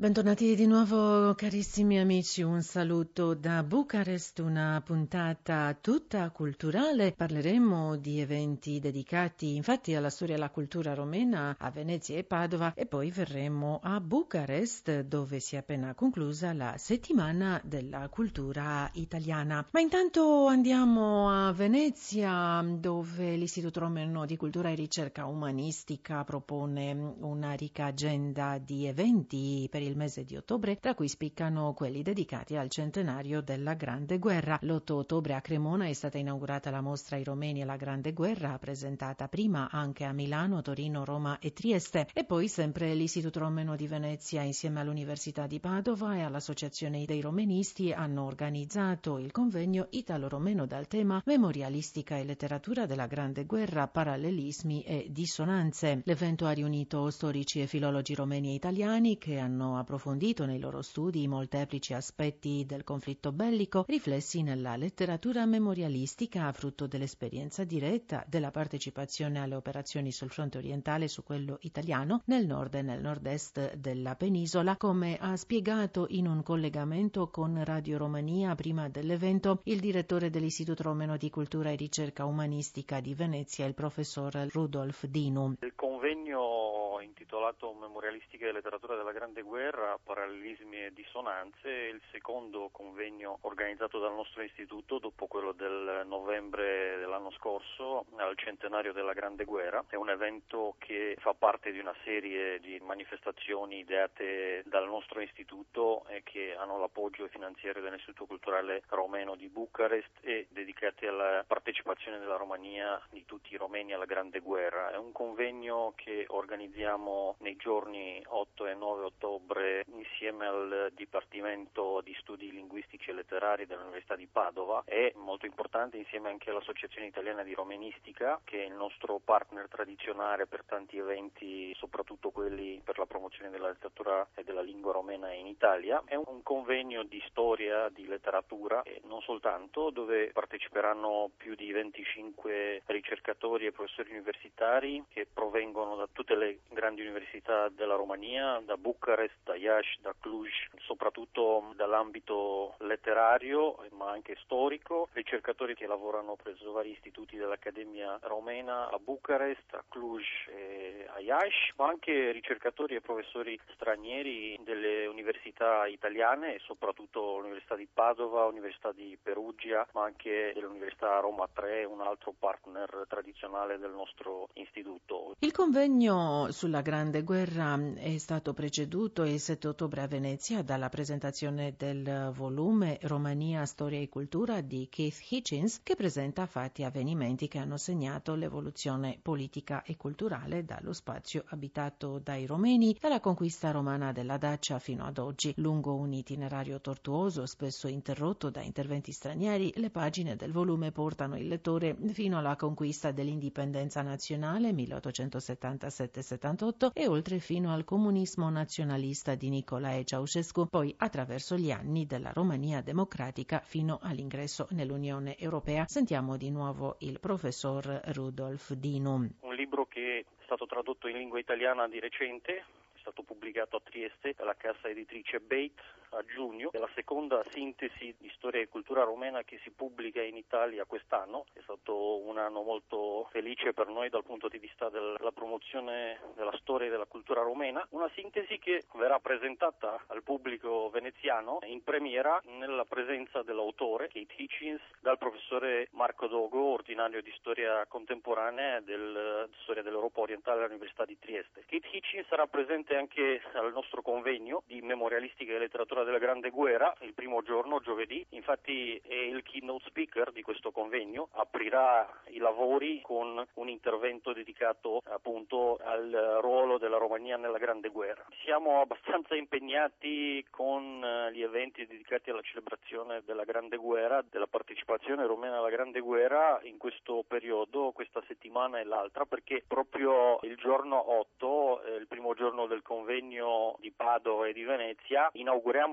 Bentornati di nuovo carissimi amici, un saluto da Bucarest, una puntata tutta culturale. Parleremo di eventi dedicati infatti alla storia e alla cultura romena a Venezia e Padova e poi verremo a Bucarest dove si è appena conclusa la settimana della cultura italiana. Ma intanto andiamo a Venezia dove l'Istituto Romeno di Cultura e Ricerca Umanistica propone una ricca agenda di eventi per il mese di ottobre, tra cui spiccano quelli dedicati al centenario della Grande Guerra. L'8 ottobre a Cremona è stata inaugurata la mostra I Romeni e la Grande Guerra, presentata prima anche a Milano, Torino, Roma e Trieste, e poi sempre l'Istituto Romeno di Venezia insieme all'Università di Padova e all'Associazione dei Romenisti hanno organizzato il convegno Italo-Romeno dal tema Memorialistica e letteratura della Grande Guerra, parallelismi e dissonanze. L'evento ha riunito storici e filologi romeni e italiani che hanno approfondito nei loro studi i molteplici aspetti del conflitto bellico riflessi nella letteratura memorialistica frutto dell'esperienza diretta della partecipazione alle operazioni sul fronte orientale e su quello italiano nel nord e nel nord-est della penisola, come ha spiegato in un collegamento con Radio Romania prima dell'evento il direttore dell'Istituto Romeno di Cultura e Ricerca Umanistica di Venezia, il professor Rudolf Dinu. Il convegno intitolato Memorialistica e letteratura della Grande Guerra, parallelismi e dissonanze è il secondo convegno organizzato dal nostro istituto dopo quello del novembre dell'anno scorso al centenario della Grande Guerra. È un evento che fa parte di una serie di manifestazioni ideate dal nostro istituto e che hanno l'appoggio finanziario dell'Istituto Culturale Romeno di Bucarest e dedicati alla partecipazione della Romania di tutti i romeni alla Grande Guerra. È un convegno che organizziamo nei giorni 8 e 9 ottobre insieme al Dipartimento di Studi Linguistici e Letterari dell'Università di Padova e, molto importante, insieme anche all'Associazione Italiana di Romenistica, che è il nostro partner tradizionale per tanti eventi, soprattutto quelli per la promozione della letteratura e della lingua romena in Italia. È un convegno di storia, di letteratura e non soltanto, dove parteciperanno più di 25 ricercatori e professori universitari che provengono da tutte le grandi università della Romania, da Bucarest, da Iași, da Cluj, soprattutto dall'ambito letterario ma anche storico, ricercatori che lavorano presso vari istituti dell'Accademia Romena a Bucarest, a Cluj e a Iași, ma anche ricercatori e professori stranieri delle università italiane e soprattutto l'Università di Padova, l'Università di Perugia, ma anche dell'Università Roma 3, un altro partner tradizionale del nostro istituto. Il convegno sulla Grande Guerra è stato preceduto il 7 ottobre a Venezia dalla presentazione del volume Romania, Storia e Cultura di Keith Hitchens, che presenta fatti e avvenimenti che hanno segnato l'evoluzione politica e culturale dallo spazio abitato dai romeni, dalla conquista romana della Dacia fino ad oggi. Lungo un itinerario tortuoso, spesso interrotto da interventi stranieri, le pagine del volume portano il lettore fino alla conquista dell'indipendenza nazionale 1877-78 e oltre fino al comunismo nazionalista di Nicolae Ceausescu, poi attraverso gli anni della Romania democratica fino all'ingresso nell'Unione Europea. Sentiamo di nuovo il professor Rudolf Dinu. Un libro che è stato tradotto in lingua italiana di recente, è stato pubblicato a Trieste dalla casa editrice Beit a giugno. È la seconda sintesi di storia e cultura romena che si pubblica in Italia quest'anno. È stato un anno molto felice per noi dal punto di vista della promozione della storia e della cultura romena. Una sintesi che verrà presentata al pubblico veneziano in premiera nella presenza dell'autore, Keith Hitchens, dal professore Marco Dogo, ordinario di storia contemporanea e storia dell'Europa orientale all'Università di Trieste. Keith Hitchens sarà presente anche al nostro convegno di memorialistica e letteratura della Grande Guerra il primo giorno, giovedì. Infatti è il keynote speaker di questo convegno, aprirà i lavori con un intervento dedicato appunto al ruolo della Romania nella Grande Guerra. Siamo abbastanza impegnati con gli eventi dedicati alla celebrazione della Grande Guerra, della partecipazione romena alla Grande Guerra in questo periodo, questa settimana e l'altra, perché proprio il giorno 8, il primo giorno del convegno di Padova e di Venezia, inauguriamo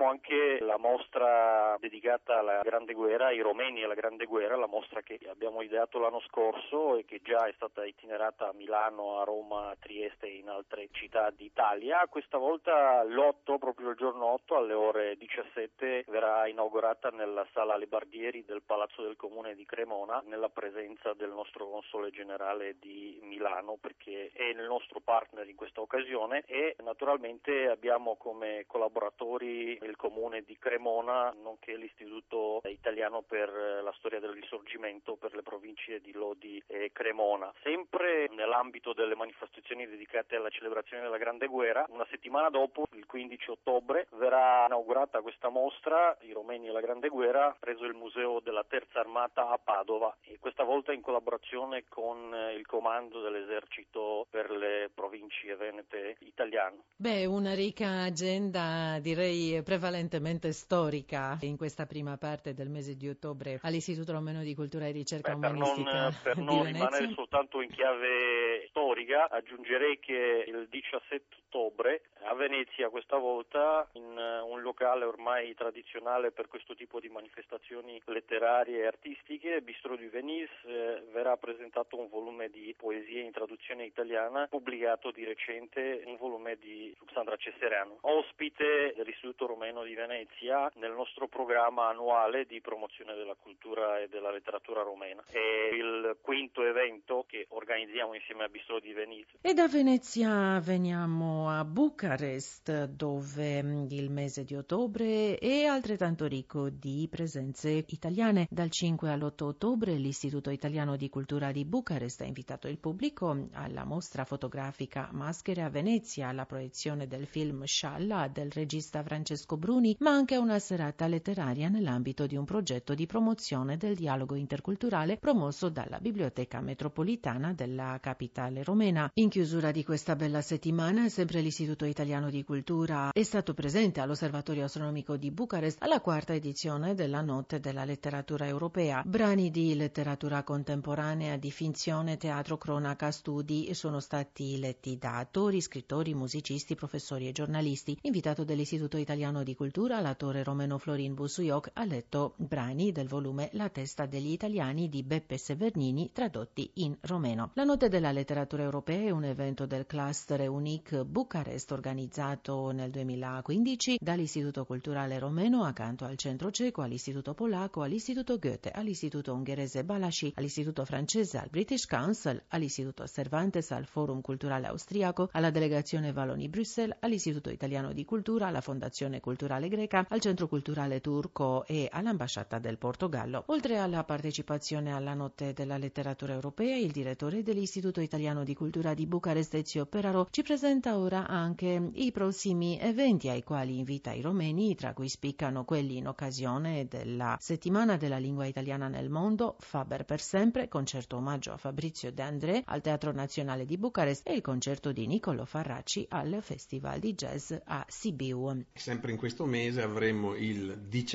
abbiamo anche la mostra dedicata alla Grande Guerra, ai romeni alla Grande Guerra, la mostra che abbiamo ideato l'anno scorso e che già è stata itinerata a Milano, a Roma, a Trieste e in altre città d'Italia. Questa volta l'8, proprio il giorno 8 alle ore 17, verrà inaugurata nella Sala Lebardieri del Palazzo del Comune di Cremona, nella presenza del nostro console generale di Milano, perché è il nostro partner in questa occasione, e naturalmente abbiamo come collaboratori il Comune di Cremona, nonché l'Istituto Italiano per la Storia del Risorgimento per le province di Lodi e Cremona. Sempre nell'ambito delle manifestazioni dedicate alla celebrazione della Grande Guerra, una settimana dopo, il 15 ottobre, verrà inaugurata questa mostra, I Romeni e la Grande Guerra, presso il Museo della Terza Armata a Padova, e questa volta in collaborazione con il Comando dell'Esercito per le province venete italiane. Beh, una ricca agenda, direi prevalentemente storica, in questa prima parte del mese di ottobre all'Istituto Romeno di Cultura e Ricerca Umanistica per di non Venezia. rimanere soltanto in chiave storica, aggiungerei che il 17 ottobre a Venezia, questa volta in un locale ormai tradizionale per questo tipo di manifestazioni letterarie e artistiche, Bistro du Venise, verrà presentato un volume di poesie in traduzione italiana, pubblicato di recente, un volume di Sandra Cesserano, ospite dell'Istituto Romeno di Venezia nel nostro programma annuale di promozione della cultura e della letteratura romena. È il quinto evento che organizziamo insieme a Bistro di Venezia. E da Venezia veniamo a Bucarest, dove il mese di ottobre è altrettanto ricco di presenze italiane. Dal 5 all'8 ottobre l'Istituto Italiano di Cultura di Bucarest ha invitato il pubblico alla mostra fotografica Maschere a Venezia, alla proiezione del film Scialla del regista Francesco Bruni, ma anche a una serata letteraria nell'ambito di un progetto di promozione del dialogo interculturale promosso dalla Biblioteca Metropolitana della capitale romena. In chiusura di questa bella settimana, sempre l'Istituto Italiano di Cultura è stato presente all'Osservatorio Astronomico di Bucarest alla quarta edizione della Notte della Letteratura Europea. Brani di letteratura contemporanea, di finzione, teatro, cronaca, studi sono stati letti da attori, scrittori, musicisti, professori e giornalisti. Invitato dell'Istituto Italiano di Cultura, l'attore romeno Florin Busuioc ha letto brani del volume La testa degli italiani di Beppe Severnini, tradotti in romeno. La Notte della Letteratura Europea è un evento del cluster Unic Bucarest organizzato nel 2015 dall'Istituto Culturale Romeno accanto al Centro Ceco, all'Istituto Polacco, all'Istituto Goethe, all'Istituto Ungherese Balasci, all'Istituto Francese, al British Council, all'Istituto Cervantes, al Forum Culturale Austriaco, alla Delegazione Wallonie-Bruxelles, all'Istituto Italiano di Cultura, alla Fondazione Culturale Greca, al Centro Culturale Turco e all'Ambasciata del Portogallo. Oltre alla partecipazione alla Notte della Letteratura Europea, il direttore dell'Istituto Italiano di Cultura di Bucarest, Ezio Peraro, ci presenta ora anche i prossimi eventi ai quali invita i romeni, tra cui spiccano quelli in occasione della Settimana della Lingua Italiana nel Mondo, Faber per sempre, concerto omaggio a Fabrizio De André al Teatro Nazionale di Bucarest e il concerto di Niccolò Farracci al Festival di Jazz a Sibiu. Sempre in questo mese avremo il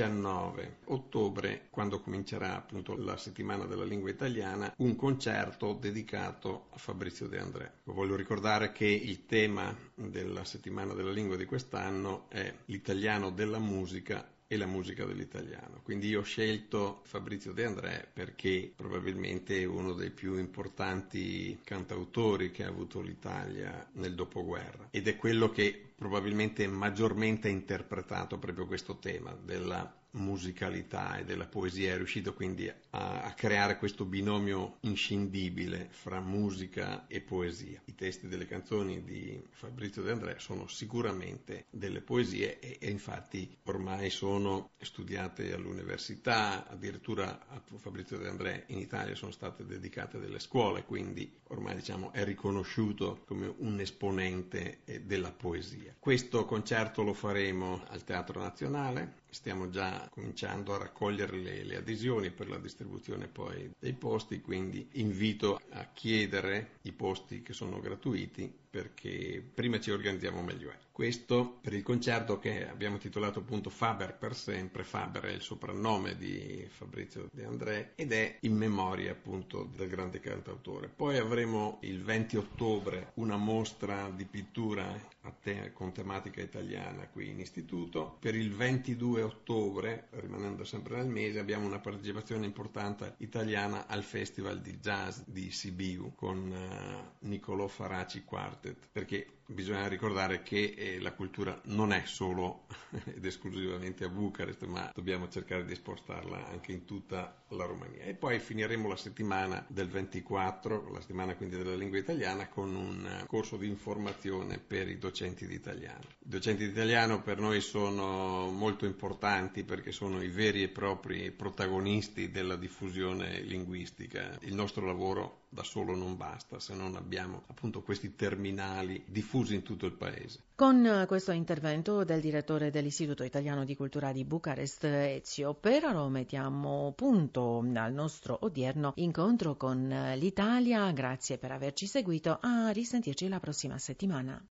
19 ottobre, quando comincerà appunto la Settimana della Lingua Italiana, un concerto dedicato a Fabrizio De André. Voglio ricordare che il tema della Settimana della Lingua di quest'anno è l'italiano della musica e la musica dell'italiano. Quindi io ho scelto Fabrizio De André perché probabilmente è uno dei più importanti cantautori che ha avuto l'Italia nel dopoguerra ed è quello che probabilmente maggiormente ha interpretato proprio questo tema della musicalità e della poesia. È riuscito quindi a creare questo binomio inscindibile fra musica e poesia. I testi delle canzoni di Fabrizio De André sono sicuramente delle poesie e infatti ormai sono studiate all'università, addirittura a Fabrizio De André in Italia sono state dedicate delle scuole, quindi ormai è riconosciuto come un esponente della poesia. Questo concerto lo faremo al Teatro Nazionale. Stiamo già cominciando a raccogliere le adesioni per la distribuzione poi dei posti, quindi invito a chiedere i posti che sono gratuiti perché prima ci organizziamo meglio è. Questo per il concerto che abbiamo titolato appunto Faber per sempre. Faber è il soprannome di Fabrizio De André ed è in memoria appunto del grande cantautore. Poi avremo il 20 ottobre una mostra di pittura con tematica italiana qui in istituto. Per il 22 ottobre, rimanendo sempre nel mese, abbiamo una partecipazione importante italiana al Festival di Jazz di Sibiu con Niccolò Faraci Quartet, perché bisogna ricordare che la cultura non è solo ed esclusivamente a Bucarest, ma dobbiamo cercare di spostarla anche in tutta la Romania. E poi finiremo la settimana del 24, la settimana quindi della lingua italiana, con un corso di informazione per i docenti di italiano. I docenti di italiano per noi sono molto importanti perché sono i veri e propri protagonisti della diffusione linguistica. Il nostro lavoro da solo non basta se non abbiamo appunto questi terminali diffusi in tutto il paese. Con questo intervento del direttore dell'Istituto Italiano di Cultura di Bucarest, Ezio Peraro, mettiamo punto al nostro odierno incontro con l'Italia. Grazie per averci seguito, a risentirci la prossima settimana.